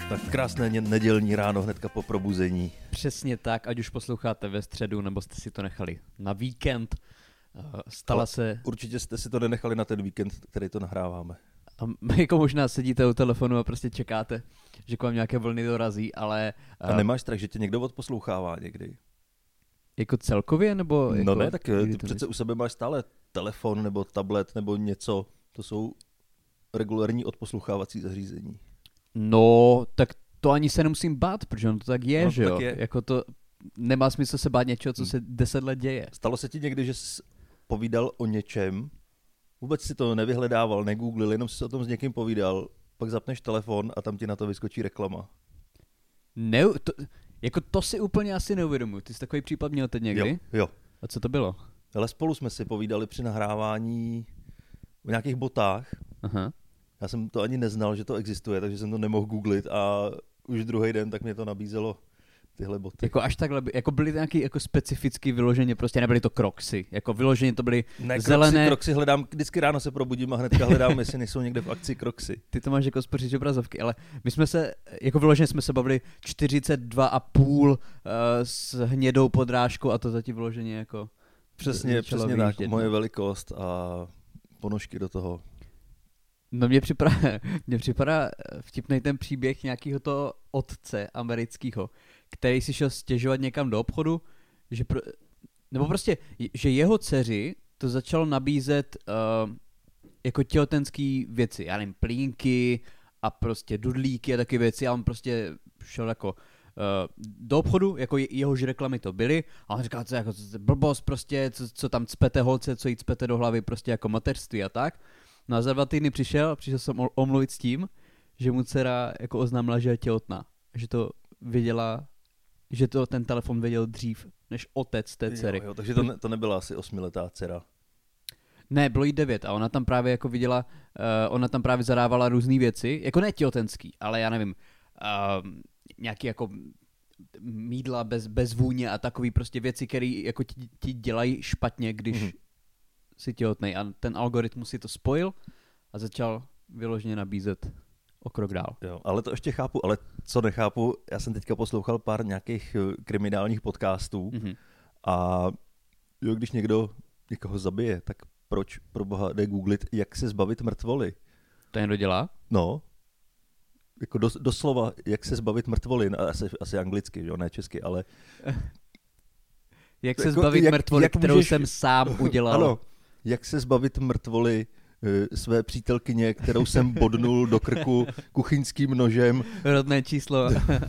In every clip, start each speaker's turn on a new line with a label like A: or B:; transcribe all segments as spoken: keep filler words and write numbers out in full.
A: Tak krásné nedělní ráno hnedka po probuzení.
B: Přesně tak, ať už posloucháte ve středu, nebo jste si to nechali na víkend. Stala
A: Ale
B: se...
A: Určitě jste si to nenechali na ten víkend, který to nahráváme.
B: A jako možná sedíte u telefonu a prostě čekáte, že k vám nějaké vlny dorazí, ale...
A: A nemáš strach, že tě někdo odposlouchává někdy?
B: Jako celkově, nebo... Jako,
A: no ne, tak ty přece u sebe máš stále telefon, nebo tablet, nebo něco. To jsou regulární odposlouchávací zařízení.
B: No, tak to ani se nemusím bát, protože on to tak je,
A: no,
B: že jo?
A: Je.
B: Jako to nemá smysl se bát něčeho, co se deset let děje.
A: Stalo se ti někdy, že jsi povídal o něčem, vůbec si to nevyhledával, negooglil, jenom si o tom s někým povídal, pak zapneš telefon a tam ti na to vyskočí reklama.
B: Ne, to, jako to si úplně asi neuvědomuji. Ty jsi takový případ měl teď někdy?
A: Jo, jo.
B: A co to bylo?
A: Ale spolu jsme si povídali při nahrávání o nějakých botách.
B: Aha.
A: Já jsem to ani neznal, že to existuje, takže jsem to nemohl googlit a už druhý den tak mě to nabízelo tyhle boty.
B: Jako až takhle, jako byly nějaký jako specifický vyloženě, prostě nebyly to Crocsy, jako vyloženě to byly
A: ne,
B: zelené.
A: Crocsy, Crocsy hledám, vždycky ráno se probudím a hnedka hledám, jestli nejsou někde v akci Crocsy.
B: Ty to máš jako spoříč obrazovky, ale my jsme se, jako vyloženě jsme se bavili čtyřicet dva a půl uh, s hnědou podrážkou a to zatím vyloženě jako...
A: Přesně, přesně tak, moje velikost a ponožky do toho.
B: No mně připadá, mně připadá vtipnej ten příběh nějakého toho otce amerického, který si šel stěžovat někam do obchodu, že pro, nebo prostě, že jeho dceři to začalo nabízet uh, jako těhotenský věci, já nevím, plínky a prostě dudlíky a taky věci a on prostě šel jako uh, do obchodu, jako jehož reklamy to byly a on říkal, co jako co, blbost prostě, co, co tam cpete holce, co jí cpete do hlavy prostě jako mateřství a tak. No a za dva týdny přišel, přišel jsem omluvit s tím, že mu dcera jako oznámila, že je těhotná. Že to věděla, že to ten telefon věděl dřív, než otec té dcery.
A: Jo, jo, takže to, ne, to nebyla asi osmiletá dcera.
B: Ne, bylo jí devět a ona tam právě jako viděla, uh, ona tam právě zadávala různé věci, jako ne těhotenský, ale já nevím, uh, nějaký jako mídla bez, bez vůně a takový prostě věci, které jako ti, ti dělají špatně, když mm-hmm. si těhotnej a ten algoritmus si to spojil a začal vyloženě nabízet o krok dál.
A: Jo, ale to ještě chápu, ale co nechápu, já jsem teďka poslouchal pár nějakých kriminálních podcastů mm-hmm. a jo, když někdo někoho zabije, tak proč pro boha jde googlit, jak se zbavit mrtvoly?
B: To někdo dělá?
A: No, jako dos, doslova, jak se zbavit mrtvoly, no, asi, asi anglicky, jo, ne česky, ale...
B: jak se jako, zbavit jak, mrtvoly, jak kterou můžeš... jsem sám udělal.
A: Ano, jak se zbavit mrtvoly své přítelkyně, kterou jsem bodnul do krku kuchyňským nožem.
B: Rodné číslo.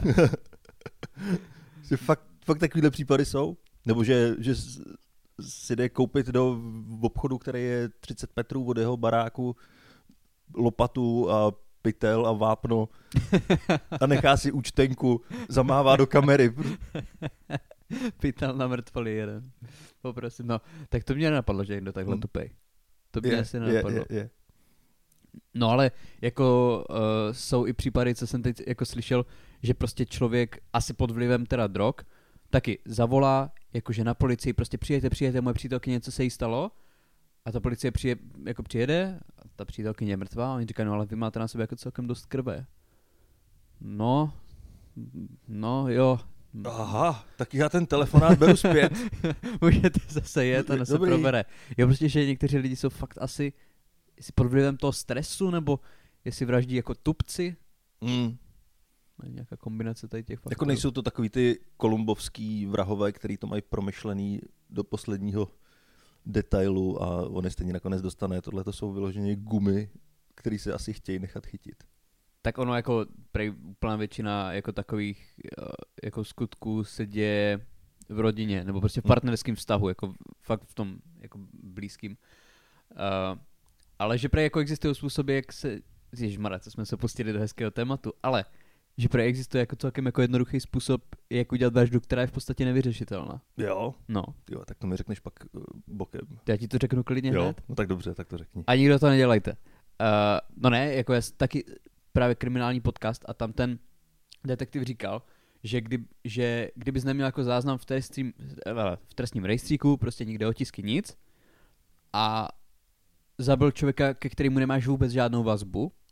A: že fakt, fakt takovýhle případy jsou? Nebo že, že si jde koupit do obchodu, který je třicet metrů od jeho baráku, lopatu a pytel a vápno a nechá si účtenku, zamává do kamery.
B: Pytel na mrtvoli jeden. Poprosím, no, tak to mě nenapadlo, že někdo takhle tupej. To by
A: je,
B: asi nenapadlo.
A: Je, je, je.
B: No ale jako uh, jsou i případy, co jsem teď jako slyšel, že prostě člověk asi pod vlivem teda drog taky zavolá, jakože na policii, prostě přijete, přijete, moje přítelkyně, co se jí stalo a ta policie přije, jako přijede a ta přítelkyně je mrtvá a oni říkají, no ale vy máte na sobě jako celkem dost krve. No, no jo.
A: Aha, tak já ten telefonát beru zpět.
B: Můžete zase jet a se probere. Jo, prostě, že někteří lidi jsou fakt asi jestli pod vlivem toho stresu, nebo jestli vraždí jako tupci. Mm. Nějaká kombinace tady těch faktorů.
A: Jako nejsou to takový ty kolumbovský vrahové, který to mají promyšlený do posledního detailu a on je stejně nakonec dostane. Tohle to jsou vyloženě gumy, který se asi chtějí nechat chytit.
B: Tak ono jako prej úplná většina jako takových jako skutků se děje v rodině, nebo prostě v partnerském vztahu, jako fakt v tom jako blízkým. Uh, ale že prej jako existují způsoby, jak se, ježišmarja, co jsme se pustili do hezkého tématu, ale že prej existuje jako celkem jako jednoduchý způsob, jak udělat vraždu, která je v podstatě nevyřešitelná.
A: Jo?
B: No.
A: Jo, tak to mi řekneš pak uh, bokem.
B: Já ti to řeknu klidně
A: jo?
B: hned.
A: No tak dobře, tak to řekni.
B: A nikdo to nedělejte. Uh, no ne, jako je taky právě kriminální podcast a tam ten detektiv říkal, že, kdy, že kdybys neměl jako záznam v, trestním, v trestním rejstříku, prostě nikde otisky nic a zabil člověka, ke kterému nemáš vůbec žádnou vazbu,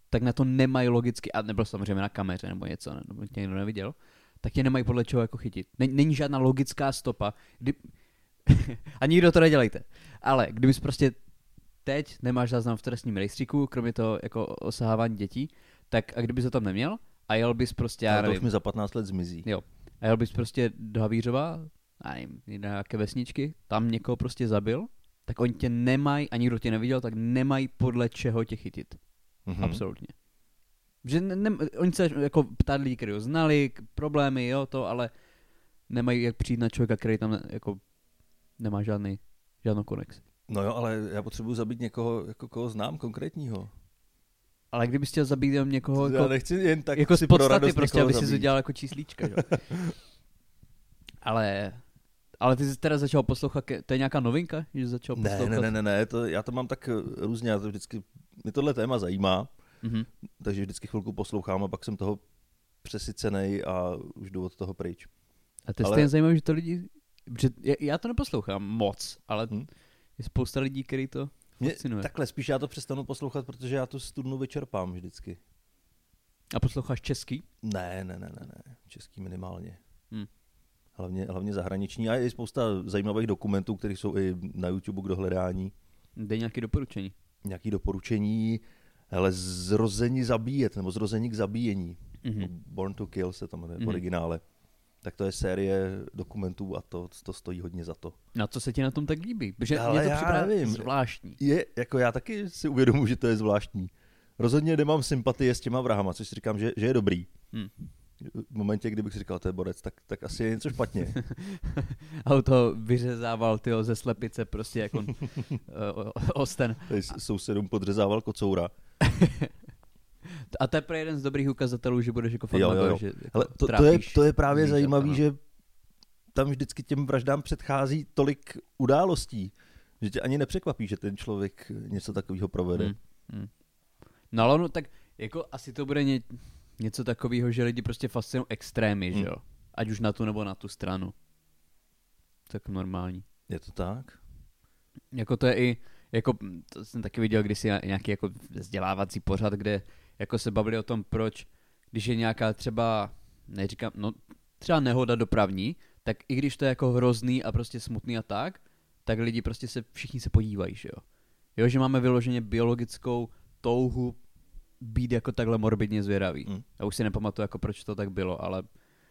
B: tak na to nemají logicky, a nebyl samozřejmě na kameře nebo něco, nebo tě někdo neviděl, tak tě nemají podle čeho jako chytit. Není žádná logická stopa. Kdy... a nikdo to nedělejte. Ale kdybys prostě teď nemáš záznam v trestním rejstříku, kromě toho jako osahávání dětí, tak a kdybys to tam neměl a jel bys prostě, já
A: ale
B: nevím.
A: to už mi za patnáct let zmizí.
B: Jo. A jel bys prostě do Havířova, já nevím, nějaké vesničky, tam někoho prostě zabil, tak oni tě nemají, a nikdo tě neviděl, tak nemají podle čeho tě chytit. Mm-hmm. Absolutně. Že ne, ne, oni se jako ptali lidi, kteří ho znali, problémy, jo, to, ale nemají jak přijít na člověka, který tam ne, jako nemá žádný, žádnou konexi.
A: No jo, ale já potřebuji zabít někoho, jako koho znám konkrétního.
B: Ale kdybys chtěl zabít jenom někoho,
A: já
B: jako,
A: nechci jen tak
B: jako
A: si
B: z podstaty
A: pro
B: prostě, aby si
A: zabít.
B: udělal jako číslíčka, jo. ale, ale ty jsi teda začal poslouchat, to je nějaká novinka, že jsi začal poslouchat?
A: Ne, ne, ne, ne, to, já to mám tak různě, já to vždycky, mě tohle téma zajímá, mm-hmm. takže vždycky chvilku poslouchám a pak jsem toho přesycenej a už jdu od toho pryč.
B: A to je ale... stejně zajímavé, že to lidi, já, já to neposlouchám moc, ale hmm? je spousta lidí, kteří to fascinuje.
A: Takhle, spíš já to přestanu poslouchat, protože já tu studnu vyčerpám vždycky.
B: A posloucháš český?
A: Ne, ne, ne, ne, ne. Český minimálně. Hmm. Hlavně, hlavně zahraniční. A je spousta zajímavých dokumentů, které jsou i na YouTube k dohledání.
B: Dej nějaké doporučení.
A: Nějaké doporučení, hele, Zrození zabíjet, nebo Zrození k zabíjení. Mm-hmm. Born to Kill se to jmenuje v mm-hmm. originále. Tak to je série dokumentů a to, to stojí hodně za to.
B: A co se ti na tom tak líbí? Protože mě to připadá zvláštní.
A: Je, jako já taky si uvědomuji, že to je zvláštní. Rozhodně nemám sympatie s těma vrahama, což si říkám, že, že je dobrý. Hmm. V momentě, kdybych si říkal, to je borec, tak, tak asi je něco špatně.
B: A u toho vyřezával tyho ze slepice prostě jako osten.
A: Sousedům podřezával kocoura.
B: A to je pro jeden z dobrých ukazatelů, že budeš jako fakt jo, jo, jo. Že jako
A: hele, to, to, je, to je právě zajímavý, že tam vždycky těm vraždám předchází tolik událostí, že tě ani nepřekvapí, že ten člověk něco takového provede. Hmm. Hmm.
B: No ale no, tak jako asi to bude ně, něco takového, že lidi prostě fascinují extrémy, hmm. že jo? Ať už na tu nebo na tu stranu. Tak normální.
A: Je to tak?
B: Jako to je i, jako to jsem taky viděl kdysi nějaký jako vzdělávací pořad, kde jako se bavili o tom, proč, když je nějaká třeba, neříkám, no třeba nehoda dopravní, tak i když to je jako hrozný a prostě smutný a tak, tak lidi prostě se, všichni se podívají, že jo. Jo, že máme vyloženě biologickou touhu být jako takhle morbidně zvědavý. Mm. Já už si nepamatuju, jako proč to tak bylo, ale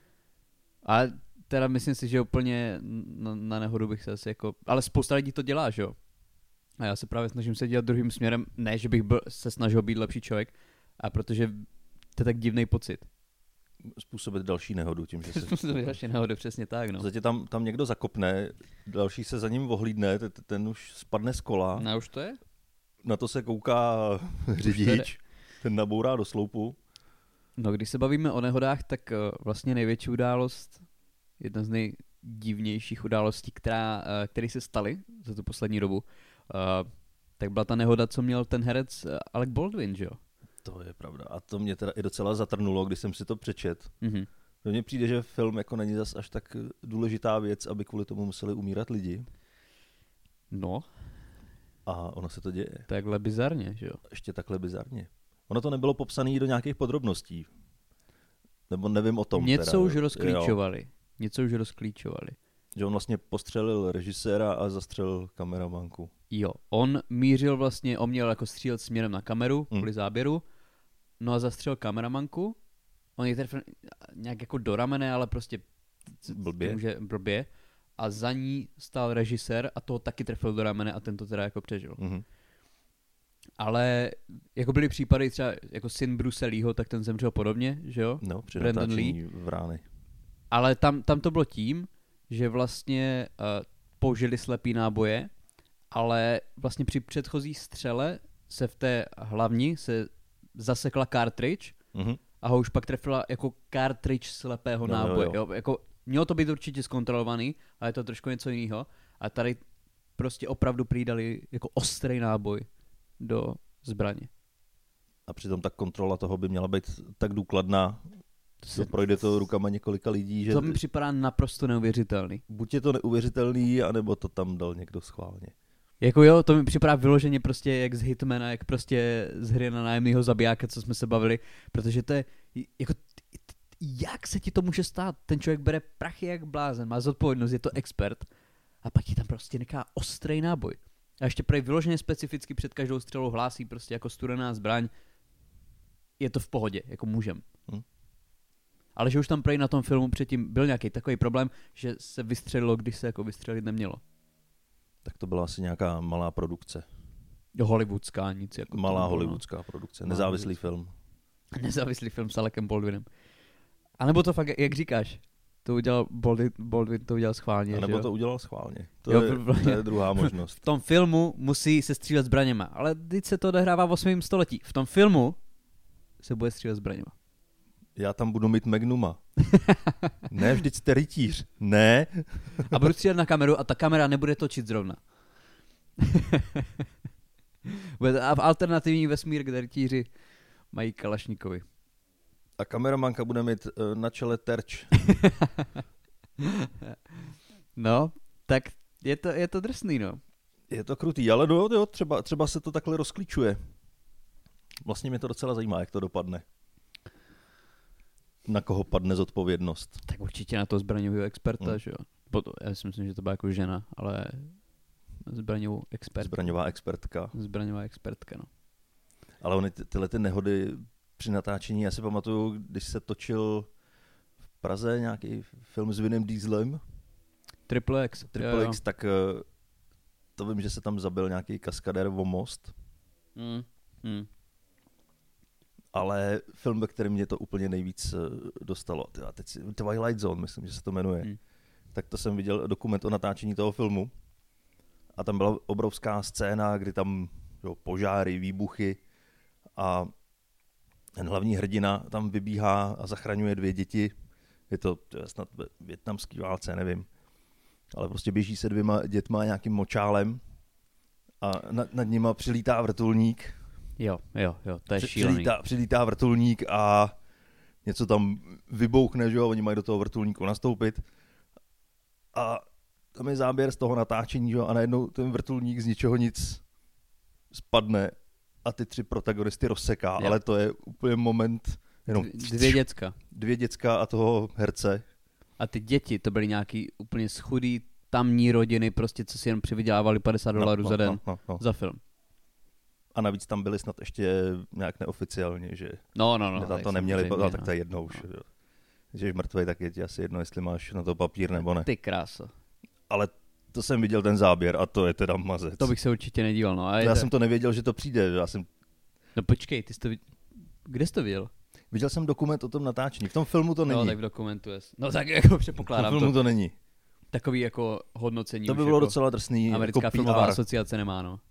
B: ale teda myslím si, že úplně na, na nehodu bych se asi jako, ale spousta lidí to dělá, že jo. A já se právě snažím se dělat druhým směrem, ne, že bych byl, se snažil být lepší člověk, a protože to je tak divný pocit.
A: Způsobit další nehodu tím, že se...
B: Způsobit další nehodu, přesně tak, no.
A: Zatím tam, tam někdo zakopne, další se za ním ohlídne, ten, ten už spadne z kola.
B: No už to je?
A: Na to se kouká řidič, ten nabourá do sloupu.
B: No když se bavíme o nehodách, tak uh, vlastně největší událost, jedna z nejdivnějších událostí, která, uh, které se staly za tu poslední dobu, uh, tak byla ta nehoda, co měl ten herec uh, Alec Baldwin, že jo?
A: To je pravda. A to mě teda i docela zatrnulo, když jsem si to přečet. Mm-hmm. Mně přijde, že film jako není zas až tak důležitá věc, aby kvůli tomu museli umírat lidi.
B: No.
A: A ono se to děje.
B: Takhle bizarně, že jo?
A: Ještě takhle bizarně. Ono to nebylo popsané do nějakých podrobností. Nebo nevím o tom.
B: Něco
A: teda.
B: už rozklíčovali. Jo. Něco už rozklíčovali.
A: Že on vlastně postřelil režiséra a zastřelil kameramanku.
B: Jo, on mířil vlastně, on měl jako střílet směrem na kameru, kvůli hmm. záběru, no a zastřelil kameramanku. On je trefil nějak jako do ramene, ale prostě
A: blbě.
B: Může, blbě. A za ní stál režisér a toho taky trefil do ramene a ten to teda jako přežil. Hmm. Ale jako byly případy třeba jako syn Bruce Leeho, tak ten zemřel podobně, že jo?
A: No, při natáčení Vrány.
B: Ale tam, tam to bylo tím, že vlastně uh, použili slepý náboje, ale vlastně při předchozí střele se v té hlavni se zasekla cartridge mm-hmm. a ho už pak trefila jako cartridge slepého no, náboje. Jo, jo. Jo, jako, mělo to být určitě zkontrolovaný, ale je to trošku něco jiného. A tady prostě opravdu přidali jako ostrý náboj do zbraně.
A: A přitom ta kontrola toho by měla být tak důkladná, to projde to rukama několika lidí, že...
B: To mi připadá naprosto neuvěřitelný.
A: Buď je to neuvěřitelný, anebo to tam dal někdo schválně.
B: Jako jo, to mi připadá vyloženě prostě jak z Hitmana, jak prostě z hry na nájemnýho zabijáka, co jsme se bavili, protože to je, jako, jak se ti to může stát? Ten člověk bere prachy jak blázen, má zodpovědnost, je to expert a pak ti tam prostě nechá ostrej náboj. A ještě prej vyloženě specificky před každou střelou hlásí prostě jako studená zbraň. Je to v pohodě, jako můžem. Hmm. Ale že už tam prej na tom filmu předtím byl nějaký takový problém, že se vystřelilo, když se jako vystřelit nemělo.
A: Tak to byla asi nějaká malá produkce.
B: Hollywoodská, nic jako
A: Malá to, hollywoodská no. produkce, nezávislý film.
B: Nezávislý film s Alekem Baldwinem. A nebo to fakt, jak říkáš, to udělal Baldwin, Baldwin to udělal schválně.
A: A nebo
B: že
A: to udělal schválně. To,
B: jo,
A: je, to je druhá možnost.
B: V tom filmu musí se střílet zbraněma, ale teď se to odehrává v osmém století. V tom filmu se bude střílet zbraněma.
A: Já tam budu mít Magnuma. Ne, vždyť jste rytíř. Ne.
B: A budu střílet na kameru a ta kamera nebude točit zrovna. A v alternativní vesmír, kde rytíři mají kalašníkovi.
A: A kameramanka bude mít uh, na čele terč.
B: No, tak je to, je to drsný, no.
A: Je to krutý, ale no, jo, třeba, třeba se to takhle rozklíčuje. Vlastně mě to docela zajímá, jak to dopadne. Na koho padne zodpovědnost.
B: Tak určitě na toho zbraňového experta, hmm. že jo. Já si myslím, že to byla jako žena, ale zbraňovou expertka.
A: Zbraňová expertka.
B: Zbraňová expertka, no.
A: Ale ony ty, tyhle ty nehody při natáčení, já si pamatuju, když se točil v Praze nějaký film s Vinem Dieselem.
B: Triple X.
A: Triple X, tak to vím, že se tam zabil nějaký kaskadér o most.
B: Mm. Mm.
A: Ale film, ve kterém mě to úplně nejvíc dostalo, tyva, teď si, Twilight Zone, myslím, že se to jmenuje, mm. tak to jsem viděl dokument o natáčení toho filmu a tam byla obrovská scéna, kdy tam jo, požáry, výbuchy a ten hlavní hrdina tam vybíhá a zachraňuje dvě děti. Je to, to je snad ve vietnamský válce, nevím. Ale prostě běží se dvěma dětma nějakým močálem a nad, nad nima přilítá vrtulník.
B: Jo, jo, jo, to je šílený.
A: Přilítá, přilítá vrtulník a něco tam vybouchne, že jo, oni mají do toho vrtulníku nastoupit. A tam je záběr z toho natáčení, že jo, a najednou ten vrtulník z ničeho nic spadne a ty tři protagonisty rozseká, jo. Ale to je úplně moment, jenom
B: dvě děcka.
A: Dvě děcka a toho herce.
B: A ty děti, to byly nějaký úplně schudý tamní rodiny, prostě co si jen přivydělávali padesát dolarů
A: no,
B: za den
A: no, no, no.
B: za film.
A: A navíc tam byli snad ještě nějak neoficiálně, že
B: no, no, no,
A: tam to neměli, ale
B: no.
A: tak to je jedno už. No. Že jsi mrtvej, tak je ti asi jedno, jestli máš na to papír nebo ne.
B: Ty krása.
A: Ale to jsem viděl ten záběr a to je teda mazec.
B: To bych se určitě nedíval, no. A
A: já
B: to...
A: jsem to nevěděl, že to přijde. Já jsem...
B: No počkej, ty jsi to... Kde jsi to viděl?
A: Viděl jsem dokument o tom natáčení. V tom filmu to není.
B: No, tak v dokumentu je. No tak jako předpokládám to.
A: V filmu to, to není.
B: Takový jako hodnocení.
A: To by bylo
B: jako
A: docela drsný.
B: Americká
A: jako
B: filmová asociace nemá, no.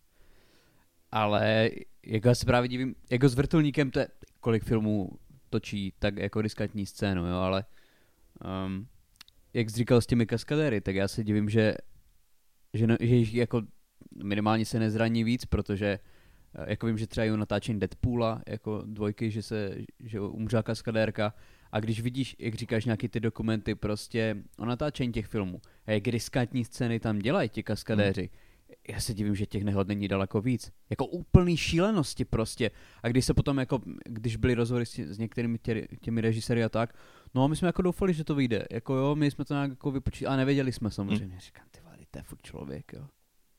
B: Ale jako já se právě divím, jako s vrtulníkem to je, kolik filmů točí tak jako riskantní scénu, jo, ale um, jak jsi říkal s těmi kaskadéry, tak já se divím, že, že, no, že jako minimálně se nezraní víc, protože jako vím, že třeba i u natáčení Deadpoola, jako dvojky, že se že umřela kaskadérka a když vidíš, jak říkáš, nějaký ty dokumenty prostě o natáčení těch filmů a jak riskantní scény tam dělají ti kaskadéři, hmm. Já se divím, že těch nehod není daleko víc. Jako úplný šílenosti prostě. A když se potom jako, když byly rozhovory s, s některými tě, těmi režiséry a tak, no a my jsme jako doufali, že to vyjde. Jako jo, my jsme to nějak jako vypočítali, a nevěděli jsme samozřejmě. Hmm. Říkám, ty vady, to je furt člověk, jo.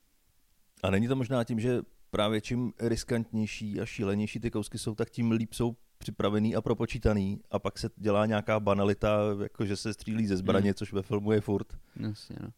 A: A není to možná tím, že právě čím riskantnější a šílenější ty kousky jsou, tak tím líp jsou připravený a propočítaný a pak se dělá nějaká banalita, jako že se střílí ze zbraně, hmm. což ve filmu je furt.
B: Jasně, no.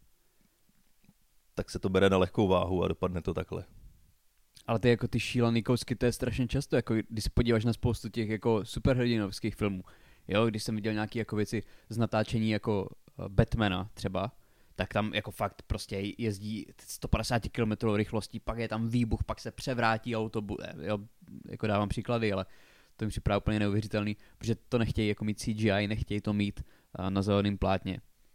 A: Tak se to bere na lehkou váhu a dopadne to takhle.
B: Ale ty jako ty šílený kousky, to je strašně často, jako když se podíváš na spoustu těch jako superhrdinovských filmů. Jo, když jsem viděl nějaké jako věci z natáčení jako Batmana třeba, tak tam jako fakt prostě jezdí sto padesát kilometrů rychlostí, pak je tam výbuch, pak se převrátí autobus, jo, jako dávám příklady, ale to mi připadá úplně neuvěřitelný, protože to nechtějí jako mít C G I, nechtějí to mít na zeleném plátně.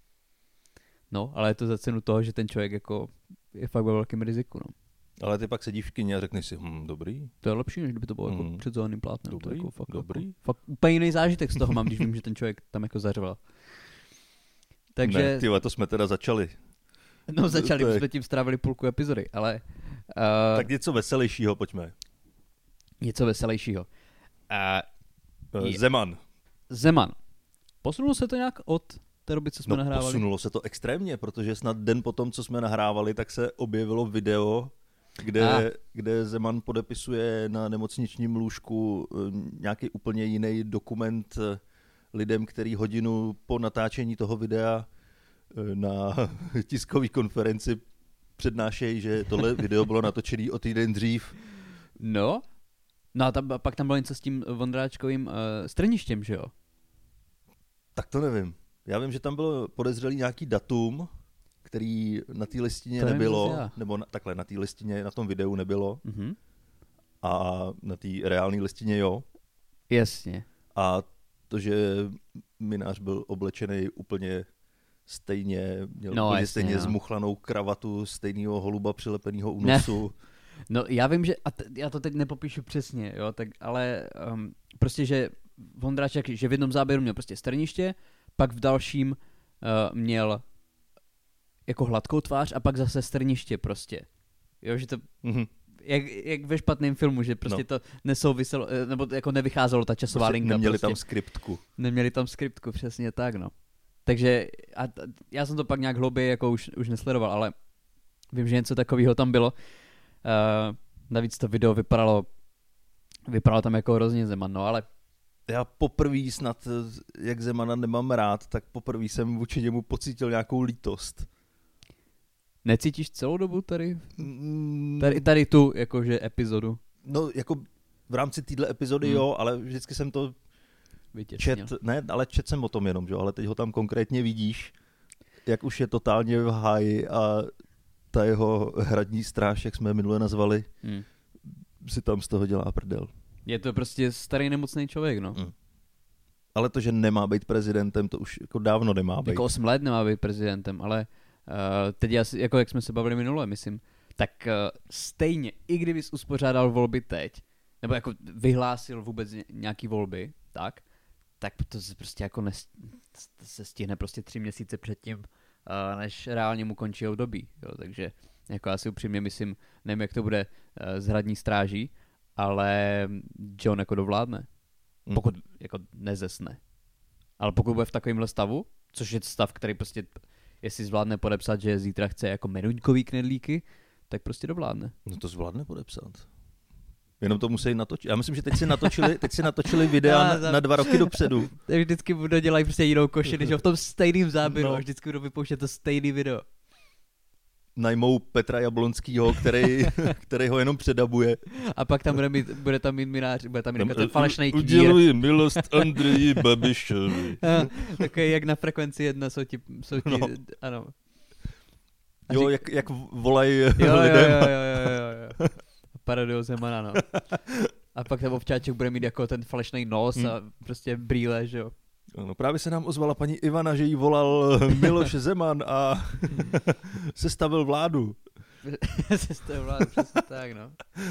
B: No, ale je to za cenu toho, že ten člověk jako je fakt ve velkém riziku, no.
A: Ale ty pak sedíš v kyně a řekneš si, hm, dobrý.
B: To je lepší, než kdyby to bylo
A: hmm.
B: jako před zeleným plátnem.
A: Dobrý,
B: to je jako fakt,
A: dobrý.
B: Jako, fakt úplně jiný zážitek z toho mám, když vím, že ten člověk tam jako zařval. Takže...
A: Ne, tyhle, to jsme teda začali.
B: No začali, my jsme tím strávili půlku epizody, ale Uh,
A: tak něco veselějšího, pojďme.
B: Něco veselějšího. Uh,
A: Zeman.
B: Zeman. Posunulo se to nějak od té doby, co jsme
A: no,
B: nahrávali?
A: Posunulo se to extrémně, protože snad den potom, co jsme nahrávali, tak se objevilo video, kde, kde Zeman podepisuje na nemocničním lůžku nějaký úplně jiný dokument lidem, který hodinu po natáčení toho videa na tiskové konferenci přednášejí, že tohle video bylo natočené o týden dřív.
B: No, no a tam, pak tam bylo něco s tím Vondráčkovým uh, strništěm, že jo?
A: Tak to nevím. Já vím, že tam bylo podezřelý nějaký datum, který na té listině
B: to
A: nebylo,
B: nevím,
A: nebo na, takhle na té listině, na tom videu nebylo,
B: mm-hmm.
A: a na té reálné listině jo.
B: Jasně.
A: A to, že Mynář byl oblečený úplně stejně, měl
B: no,
A: úplně
B: jasně,
A: stejně
B: no.
A: zmuchlanou kravatu, stejného holuba přilepenýho u nosu.
B: No já vím, že, a t- já to teď nepopíšu přesně, jo, tak, ale um, prostě, že Vondráček, že v jednom záběru měl prostě strniště, pak v dalším uh, měl jako hladkou tvář a pak zase strniště prostě. Jo, že to,
A: mm-hmm.
B: jak, jak ve špatném filmu, že prostě no. to nesouviselo, nebo jako nevycházelo ta časová
A: prostě
B: linka.
A: Neměli
B: prostě.
A: tam skriptku.
B: Neměli tam skriptku, přesně tak, no. Takže a t- já jsem to pak nějak hlouběji jako už, už nesledoval, ale vím, že něco takového tam bylo. Uh, navíc to video vypadalo, vypadalo tam jako hrozně Zeman, no ale...
A: Já poprvé snad, jak Zemana nemám rád, tak poprvé jsem vůči němu pocítil nějakou lítost.
B: Necítíš celou dobu tady? Tady, tady tu, jakože epizodu.
A: No, jako v rámci téhle epizody hmm. jo, ale vždycky jsem to
B: Vytěsnil.
A: čet, ne, ale čet jsem o tom jenom, že? Ale teď ho tam konkrétně vidíš, jak už je totálně v háji a ta jeho hradní stráž, jak jsme je minule nazvali, hmm. si tam z toho dělá prdel.
B: Je to prostě starý nemocný člověk, no. Hmm.
A: Ale to, že nemá být prezidentem, to už jako dávno nemá být.
B: Jako osm let nemá být prezidentem, ale uh, teď asi, jako jak jsme se bavili minule, myslím, tak uh, stejně, i kdyby jsi uspořádal volby teď, nebo jako vyhlásil vůbec nějaký volby, tak, tak to se prostě jako nes, se stihne prostě tři měsíce předtím, uh, než reálně mu končí období, jo, takže jako asi upřímně myslím, nevím, jak to bude uh, s hradní stráží, ale John jako dovládne, pokud mm. jako nezesne. Ale pokud bude v takovémhle stavu, což je stav, který prostě, jestli zvládne podepsat, že zítra chce jako meruňkový knedlíky, tak prostě dovládne.
A: No to zvládne podepsat. Jenom to musí natočit. Já myslím, že teď si natočili, teď si natočili videa na, na dva roky dopředu.
B: Tak vždycky budou dělat prostě jinou koši, než v tom stejným záběru, no. A vždycky budou vypouštět to stejný video.
A: Najmou Petra Jablonskýho, který, který ho jenom předabuje.
B: A pak tam bude, mít, bude tam mít Mynář, bude tam mít ten falešnej knír.
A: Uděluji milost Andreji Babišovi.
B: Takový jak na frekvenci jedna jsou ti, jsou ti no. Ano.
A: A jo, řík... jak, jak volají
B: jo,
A: lidem.
B: Jo, jo, jo, jo, jo. Parodil Zemana, no. A pak ten ovčáček bude mít jako ten falešnej nos hmm. a prostě brýle, že jo.
A: No právě se nám ozvala paní Ivana, že jí volal Miloš Zeman a sestavil vládu.
B: Sestavil vládu, přesně tak, no.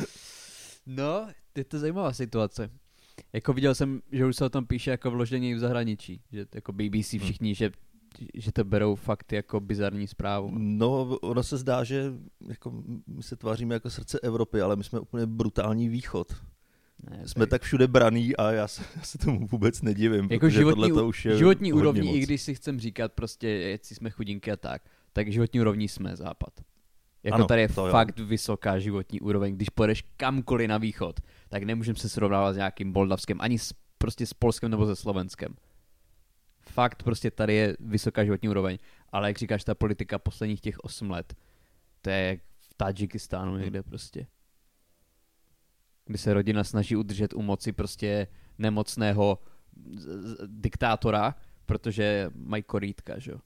B: No, je to zajímavá situace. Jako viděl jsem, že už se o tom píše jako vložení v zahraničí, že jako B B C všichni, hmm. že, že to berou fakt jako bizarní zprávu.
A: No, ono se zdá, že jako my se tváříme jako srdce Evropy, ale my jsme úplně brutální východ. Ne, jsme tak... tak všude braný a já se, já se tomu vůbec nedivím,
B: jako
A: protože
B: životní,
A: tohle to už je
B: životní
A: hodně
B: úrovní,
A: moc.
B: I když si chcem říkat prostě, jestli jsme chudinky a tak, tak životní úrovní jsme západ. Jako ano, tady je fakt jo. Vysoká životní úroveň. Když pojedeš kamkoliv na východ, tak nemůžeme se srovnávat s nějakým Moldavskem, ani s, prostě s Polskem nebo se Slovenskem. Fakt prostě tady je vysoká životní úroveň. Ale jak říkáš, ta politika posledních těch osm let, to je jak v Tadžikistánu někde prostě. Kdy se rodina snaží udržet u moci prostě nemocného z- z- diktátora, protože mají korýtka, že jo.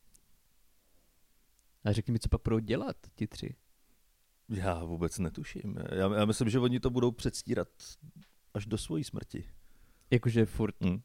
B: A řekni mi, co pak budou dělat ti tři?
A: Já vůbec netuším. Já, já myslím, že oni to budou předstírat až do svojí smrti.
B: Jakože furt.
A: Hmm.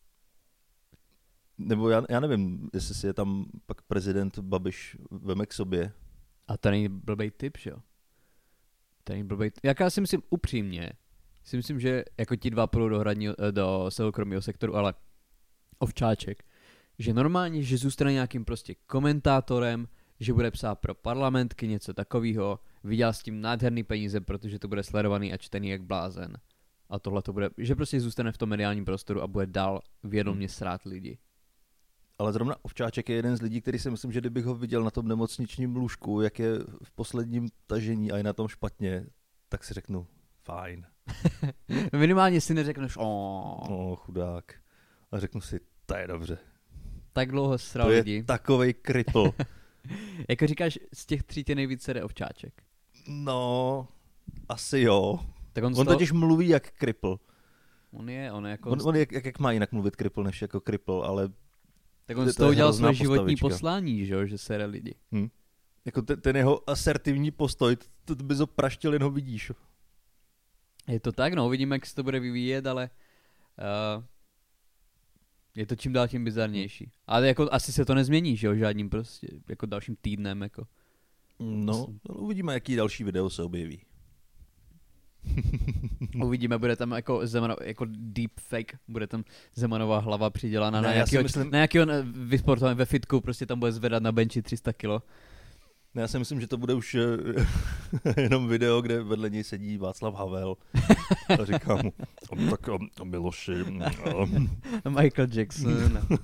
A: Nebo já, já nevím, jestli si je tam pak prezident Babiš veme k sobě.
B: A to není blbej typ, že jo? To není blbej typ. Jak já si myslím upřímně, si myslím, že jako ti dva půjdou do, hradní, do soukromého sektoru, ale Ovčáček, že normálně, že zůstane nějakým prostě komentátorem, že bude psát pro parlamentky něco takového, vydělal s tím nádherný peníze, protože to bude sledovaný a čtený jak blázen. A tohle to bude, že prostě zůstane v tom mediálním prostoru a bude dál vědomě srát lidi.
A: Ale zrovna Ovčáček je jeden z lidí, který si myslím, že kdybych ho viděl na tom nemocničním lůžku, jak je v posledním tažení a je na tom špatně, tak si řeknu, fajn.
B: Minimálně si neřekneš, o.
A: No, chudák. A řeknu si, to je dobře.
B: Tak dlouho sral
A: to
B: lidi.
A: Je takovej kripl.
B: Jako říkáš, z těch tří tě nejvíc sere Ovčáček.
A: No, asi jo.
B: Tak on,
A: on
B: toho...
A: totiž mluví jak kripl.
B: On je, on je jako...
A: On, on jak, jak má jinak mluvit kripl, než jako kripl, ale...
B: Tak on z toho udělal své životní poslání, že, že sere lidi.
A: Hm. Jako ten, ten jeho asertivní postoj, to, to bys ho praštil, jen ho vidíš.
B: Je to tak, no, uvidíme, jak se to bude vyvíjet, ale uh, je to čím dál tím bizarnější. Ale jako asi se to nezmění, že jo, žádným prostě, jako dalším týdnem, jako.
A: No, uvidíme, jaký další video se objeví.
B: Uvidíme, bude tam jako, Zeman, jako deepfake, bude tam Zemanová hlava přidělána
A: ne,
B: na nějakého, myslím... na nějakého vysportovaného ve fitku, prostě tam bude zvedat na benči tři sta kilo.
A: Já si myslím, že to bude už jenom video, kde vedle něj sedí Václav Havel a říká mu, tak a Miloši. A...
B: Michael Jackson. A...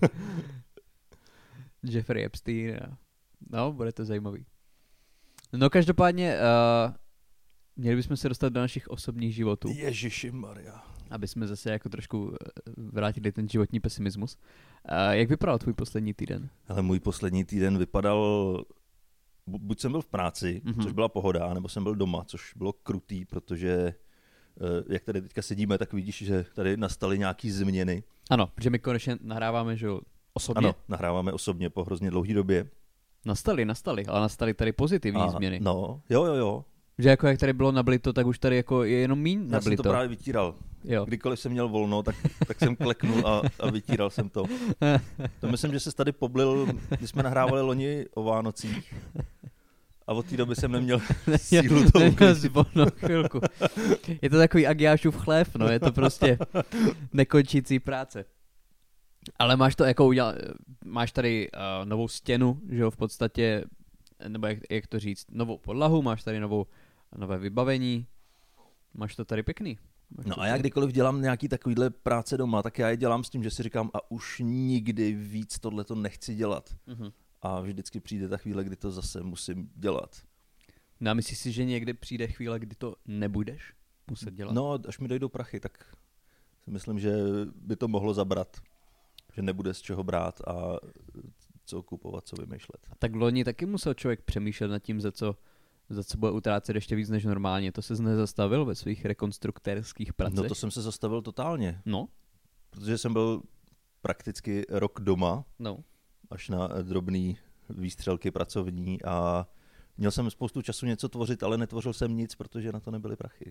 B: Jeffrey Epstein. A... No, bude to zajímavý. No každopádně, uh, měli bychom se dostat do našich osobních životů.
A: Ježišimarja.
B: Aby jsme zase jako trošku vrátili ten životní pesimismus. Uh, jak vypadal tvůj poslední týden?
A: Ale můj poslední týden vypadal... Buď jsem byl v práci, mm-hmm. což byla pohoda, nebo jsem byl doma, což bylo krutý, protože jak tady teďka sedíme, tak vidíš, že tady nastaly nějaký změny.
B: Ano, protože my konečně nahráváme, že osobně.
A: Ano, nahráváme osobně po hrozně dlouhé době.
B: Nastaly, nastaly, ale nastaly tady pozitivní
A: A,
B: změny.
A: No, jo, jo, jo.
B: Že jako jak tady bylo nablito, tak už tady jako je jenom míň nablito.
A: Já jsem to právě vytíral.
B: Jo.
A: Kdykoliv jsem měl volno, tak, tak jsem kleknul a, a vytíral jsem to. To myslím, že se tady poblil, když jsme nahrávali loni o Vánocích. A od té doby jsem neměl sílu to uklidit.
B: chvilku. Je to takový Agiášův chlév, no, je to prostě nekončící práce. Ale máš to jako udělat, máš tady uh, novou stěnu, že jo, v podstatě, nebo jak, jak to říct, novou podlahu, máš tady novou, nové vybavení, máš to tady pěkný. Máš
A: no a
B: tady...
A: já kdykoliv dělám nějaký takovýhle práce doma, tak já je dělám s tím, že si říkám a už nikdy víc tohleto nechci dělat. Mm-hmm. A vždycky přijde ta chvíle, kdy to zase musím dělat.
B: No a myslíš si, že někdy přijde chvíle, kdy to nebudeš muset dělat?
A: No, až mi dojdou prachy, tak si myslím, že by to mohlo zabrat. Že nebude z čeho brát a co kupovat, co vymýšlet.
B: A tak loni taky musel člověk přemýšlet nad tím, za co, za co bude utrácet ještě víc než normálně. To ses nezastavil ve svých rekonstruktérských pracech?
A: No to jsem se zastavil totálně.
B: No?
A: Protože jsem byl prakticky rok doma.
B: No.
A: Až na drobný výstřelky pracovní a měl jsem spoustu času něco tvořit, ale netvořil jsem nic, protože na to nebyly prachy.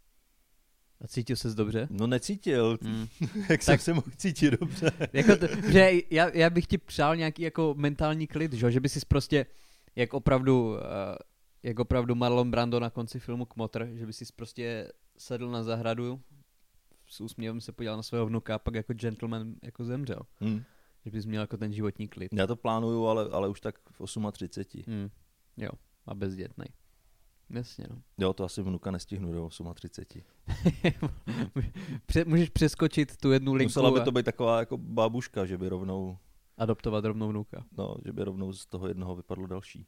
B: A cítil ses dobře?
A: No necítil. Mm. Jak
B: tak,
A: jsem se mohl cítit dobře?
B: Jako to, že já, já bych ti přál nějaký jako mentální klid, že, že by si prostě, jak opravdu, uh, jak opravdu Marlon Brando na konci filmu Kmotr, že by si prostě sedl na zahradu, s úsměvem se podíval na svého vnuka a pak jako gentleman jako zemřel. Mm. Že bys měl jako ten životní klid.
A: Já to plánuju, ale, ale už tak v třiceti osmi.
B: Mm. Jo, a bezdětnej. Jasně, no.
A: Jo, to asi vnuka nestihnu do třiceti osmi.
B: Můžeš přeskočit tu jednu linku.
A: Musela by
B: a...
A: to být taková jako babuška, že by rovnou...
B: Adoptovat rovnou vnuka.
A: No, že by rovnou z toho jednoho vypadlo další.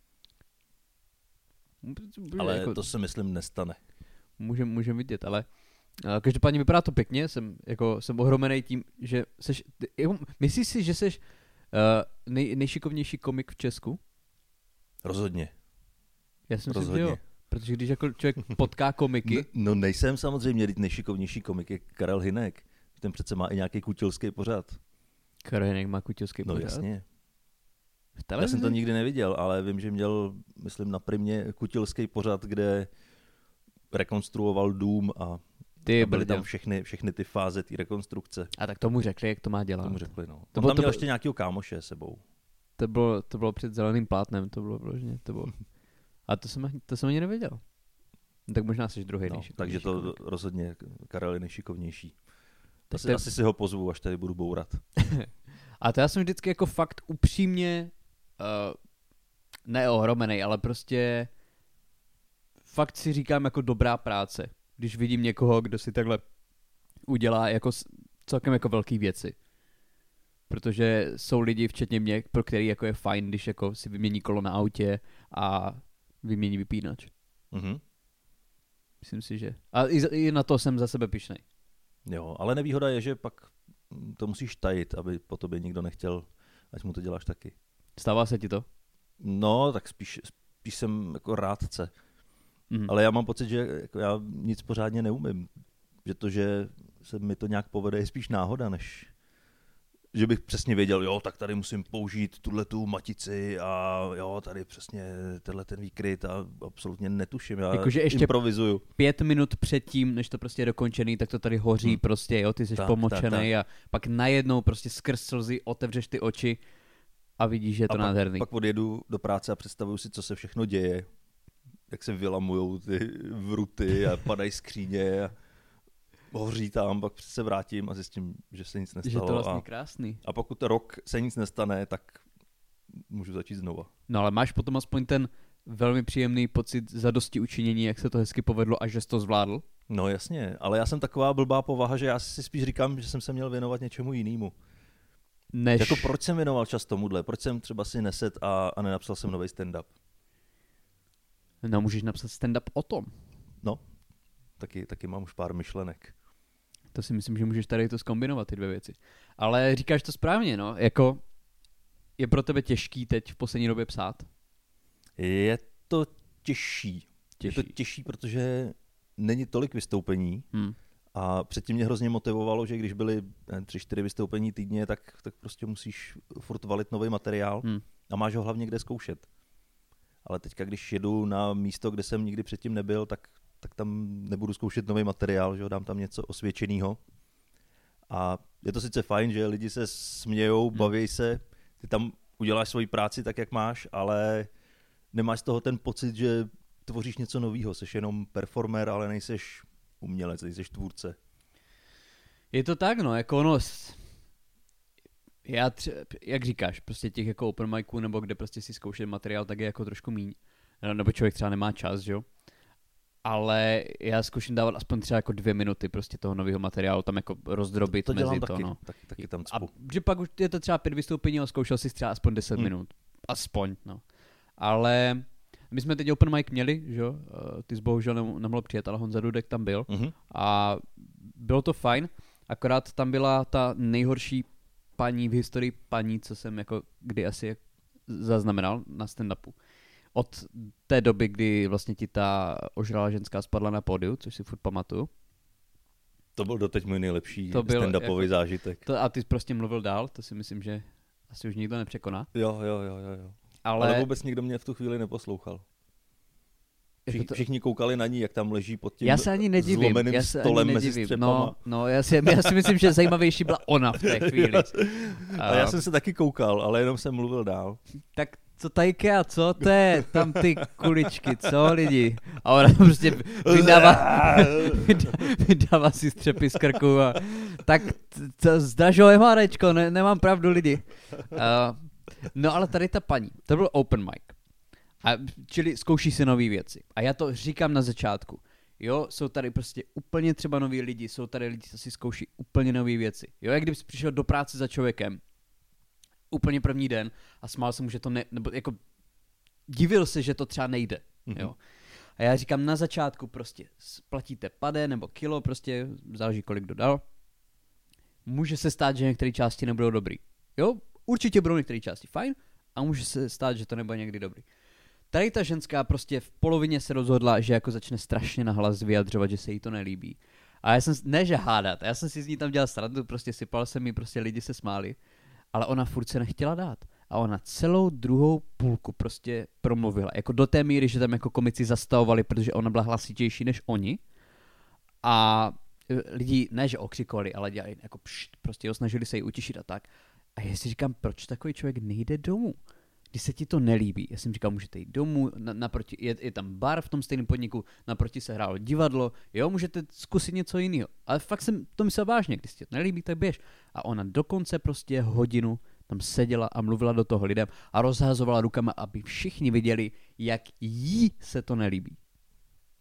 B: Může,
A: ale
B: jako...
A: to se myslím nestane.
B: Můžem, můžem vidět, ale... Každopádně vypadá to pěkně, jsem, jako, jsem ohromený tím, že seš, jako, myslíš si, že seš uh, nej, nejšikovnější komik v Česku?
A: Rozhodně.
B: Já si myslím, že jo, protože když jako člověk potká komiky...
A: No, no nejsem samozřejmě, nejšikovnější komik je Karel Hynek, ten přece má i nějaký kutilský pořad.
B: Karel Hynek má kutilský
A: no,
B: pořad?
A: No jasně.
B: V televizi?
A: Já jsem to nikdy neviděl, ale vím, že měl, myslím, na Primě kutilský pořad, kde rekonstruoval dům a
B: Ty
A: a byly tam všechny, všechny ty fáze té rekonstrukce.
B: A tak tomu řekli, jak to má dělat.
A: Tomu řekli, no.
B: To
A: On
B: bylo,
A: tam měl
B: to
A: ještě nějakýho kámoše sebou.
B: To bylo, to bylo před zeleným plátnem, to bylo vložně, to bylo. A to jsem, to jsem ani nevěděl. Tak možná jsi druhý
A: no,
B: nejšikovnější.
A: Takže to komik. Rozhodně Karel je nejšikovnější. Asi, te... asi si ho pozvu, až tady budu bourat.
B: A to já jsem vždycky jako fakt upřímně uh, neohromenej, ale prostě fakt si říkám jako dobrá práce, když vidím někoho, kdo si takhle udělá jako celkem jako velký věci. Protože jsou lidi, včetně mě, pro který jako je fajn, když jako si vymění kolo na autě a vymění vypínač.
A: Mhm.
B: Myslím si, že... A i, i na to jsem za sebe pyšnej.
A: Jo, ale nevýhoda je, že pak to musíš tajit, aby po tobě nikdo nechtěl, ať mu to děláš taky.
B: Stává se ti to?
A: No, tak spíš, spíš jsem jako rádce.
B: Mhm.
A: Ale já mám pocit, že jako já nic pořádně neumím. Že to, že se mi to nějak povede, je spíš náhoda, než že bych přesně věděl, jo, tak tady musím použít tuhletu matici a jo, tady přesně tenhle ten výkryt a absolutně netuším, já
B: Jakože ještě
A: improvizuju.
B: Pět minut předtím, než to prostě je dokončený, tak to tady hoří
A: Hmm.
B: prostě, jo, ty jsi
A: Tak,
B: pomočenej
A: tak, tak.
B: a pak najednou prostě skrz slzy otevřeš ty oči a vidíš, že je to
A: a pak,
B: nádherný.
A: pak odjedu do práce a představuju si, co se všechno děje, jak se vylamujou ty vruty a padají skříně a hoří tam, pak se vrátím a zjistím, že se nic
B: Že
A: nestalo.
B: to vlastně
A: a,
B: krásný.
A: a pokud rok se nic nestane, tak můžu začít znova.
B: No ale máš potom aspoň ten velmi příjemný pocit zadosti učinění, jak se to hezky povedlo a že jsi to zvládl?
A: No jasně, ale já jsem taková blbá povaha, že já si spíš říkám, že jsem se měl věnovat něčemu jinému.
B: Než...
A: Jako proč jsem věnoval čas tomuhle? Proč jsem třeba si neset a, a nenapsal jsem nový stand-up?
B: No můžeš napsat stand-up o tom.
A: No, taky, taky mám už pár myšlenek.
B: To si myslím, že můžeš tady to zkombinovat, ty dvě věci. Ale říkáš to správně, no, jako je pro tebe těžký teď v poslední době psát?
A: Je to těžší.
B: Těžší.
A: Je to těžší, protože není tolik vystoupení
B: Hmm.
A: a předtím mě hrozně motivovalo, že když byly nevím, tři, čtyři vystoupení týdně, tak, tak prostě musíš furt valit nový materiál
B: Hmm.
A: a máš ho hlavně kde zkoušet. Ale teďka, když jedu na místo, kde jsem nikdy předtím nebyl, tak, tak tam nebudu zkoušet nový materiál, že jo, dám tam něco osvědčenýho. A je to sice fajn, že lidi se smějou,
B: Hmm.
A: baví se, ty tam uděláš svoji práci tak, jak máš, ale nemáš z toho ten pocit, že tvoříš něco nového, jsi jenom performer, ale nejseš umělec, nejseš tvůrce.
B: Je to tak, no, jako ono, s- já tře- jak říkáš, prostě těch jako open miců, nebo kde prostě si zkoušet materiál, tak je jako trošku míň. No, nebo člověk třeba nemá čas, že jo. Ale já zkouším dávat aspoň třeba jako dvě minuty prostě toho nového materiálu, tam jako rozdrobit
A: To
B: mezi
A: dělám
B: to,
A: taky,
B: no.
A: tak, taky tam
B: A
A: cpu.
B: že pak už je to třeba pět vystoupení a zkoušel si třeba aspoň deset
A: Hmm.
B: minut. Aspoň, no. Ale my jsme teď open mic měli, že jo, Eh, ty jsi bohužel nem- nemohl přijet, ale Honza Dudek tam byl.
A: Mhm.
B: A bylo to fajn, akorát tam byla ta nejhorší paní v historii paní, co jsem jako kdy asi zaznamenal na stand-upu. Od té doby, kdy vlastně ti ta ožralá ženská spadla na pódiu, což si furt pamatuju.
A: To byl doteď můj nejlepší
B: To byl
A: stand-upový
B: jako-
A: zážitek.
B: To, a ty jsi prostě mluvil dál, to si myslím, že asi už nikdo nepřekoná.
A: Jo, jo, jo, jo, jo.
B: Ale,
A: Ale, ale vůbec nikdo mě v tu chvíli neposlouchal.
B: jako
A: Všich,
B: to-
A: všichni koukali na ní, jak tam leží pod tím
B: já se ani nedivím,
A: zlomeným
B: já se
A: stolem
B: ani
A: mezi
B: nedivím.
A: střepama.
B: No, no já, si, já si myslím, že zajímavější byla ona v té chvíli.
A: A já jsem se taky koukal, ale jenom jsem mluvil dál.
B: Tak co tajka, co to je, tam ty kuličky, co lidi? A ona prostě vydává, vydává si střepy z krku a tak to zdražilo emárečko, ne, nemám pravdu lidi. Uh, no ale tady ta paní, to byl open mic. A, čili zkouší se nové věci. A já to říkám na začátku. Jo, jsou tady prostě úplně třeba noví lidi, jsou tady lidi, co si zkouší úplně nové věci. Jo, jak kdybys přišel do práce za člověkem, úplně první den a smál se mu, že to ne, nebo jako divil se, že to třeba nejde,
A: Mhm.
B: jo. A já říkám na začátku prostě platíte pade nebo kilo, prostě záleží kolik dodal. Může se stát, že některé části nebudou dobrý. Jo, určitě budou některé části fajn a může se stát, že to nebude někdy dobrý. Tady ta ženská prostě v polovině se rozhodla, že jako začne strašně nahlas vyjadřovat, že se jí to nelíbí. A já jsem, ne že hádat, já jsem si z ní tam dělal srandu, prostě sypal jsem jí, prostě lidi se smáli. Ale ona furt se nechtěla dát. A ona celou druhou půlku prostě promluvila. Jako do té míry, že tam jako komici zastavovali, protože ona byla hlasitější než oni. A lidi ne, že okřikovali, ale dělali jako pšt, prostě jo, snažili se jí utišit a tak. A já si říkám, proč takový člověk nejde domů? Když se ti to nelíbí. Já jsem říkal, můžete jít domů, na, naproti, je, je tam bar v tom stejném podniku, naproti se hrálo divadlo, jo, můžete zkusit něco jiného. Ale fakt jsem to myslel vážně, když se ti to nelíbí, tak běž. A ona dokonce prostě hodinu tam seděla a mluvila do toho lidem a rozhazovala rukama, aby všichni viděli, jak jí se to nelíbí.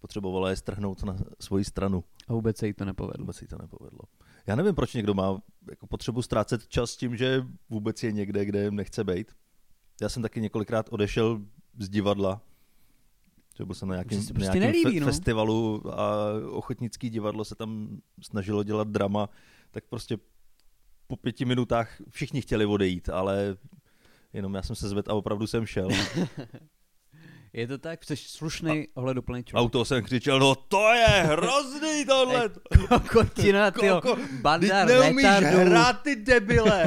A: Potřebovala je strhnout na svoji stranu.
B: A vůbec se jí to nepovedlo.
A: Vůbec jí to nepovedlo. Já nevím, proč někdo má jako potřebu ztrácet čas tím, že vůbec je někde, kde nechce být. Já jsem taky několikrát odešel z divadla. Že byl jsem na nějakém,
B: prostě
A: nějakém
B: nelíbí,
A: fe-
B: no.
A: festivalu a ochotnický divadlo se tam snažilo dělat drama, tak prostě po pěti minutách všichni chtěli odejít, ale jenom já jsem se zvedl a opravdu jsem šel.
B: Je to tak? Jsi slušnej ohleduplný člověk.
A: A u toho jsem křičel, no to je hrozný tohle.
B: Kokotina, tyjo, banda
A: Vždyť neumíš
B: retardů.
A: hrát, ty debile.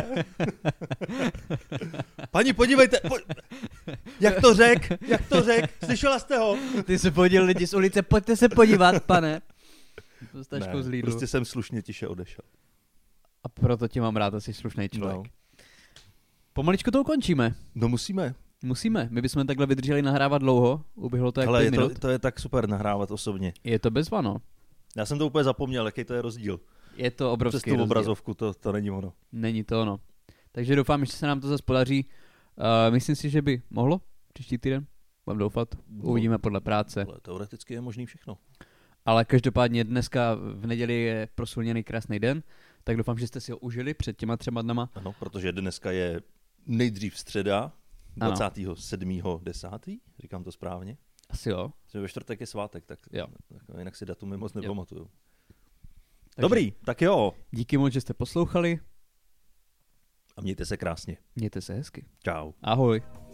A: Paní, podívejte, po... jak to řek, jak to řek, slyšela jste ho?
B: Ty se podíl lidi z ulice, pojďte se podívat, pane. To s taškou
A: Ne,
B: z Lidlu.
A: prostě jsem slušně tiše odešel.
B: A proto tě mám rád, asi slušnej člověk.
A: No.
B: Pomaličku to ukončíme.
A: No musíme.
B: Musíme. My bychom takhle vydrželi nahrávat dlouho. Uběhlo to jak
A: Ale
B: pět
A: je to,
B: minut.
A: to je tak super nahrávat osobně.
B: Je to bezva, no.
A: Já jsem to úplně zapomněl, jaký to je rozdíl.
B: Je to obrovský
A: Přes tu
B: rozdíl.
A: obrazovku to, to není ono.
B: Není to ono. Takže doufám, že se nám to zase podaří. Uh, myslím si, že by mohlo příští týden. Mám doufat. Uvidíme podle práce.
A: Ale teoreticky je možný všechno.
B: Ale každopádně dneska v neděli je proslulněný krásný den, tak doufám, že jste si ho užili před těma třema dnama.
A: Ano, protože dneska je nejdřív středa, dvacátého sedmého desátého Říkám to správně.
B: Asi jo.
A: Že ve čtvrtek je svátek, tak,
B: Jo.
A: tak jinak si datumy moc nepamatuju.
B: Takže
A: Dobrý, tak jo.
B: díky moc, že jste poslouchali.
A: A mějte se krásně.
B: Mějte se hezky.
A: Čau.
B: Ahoj.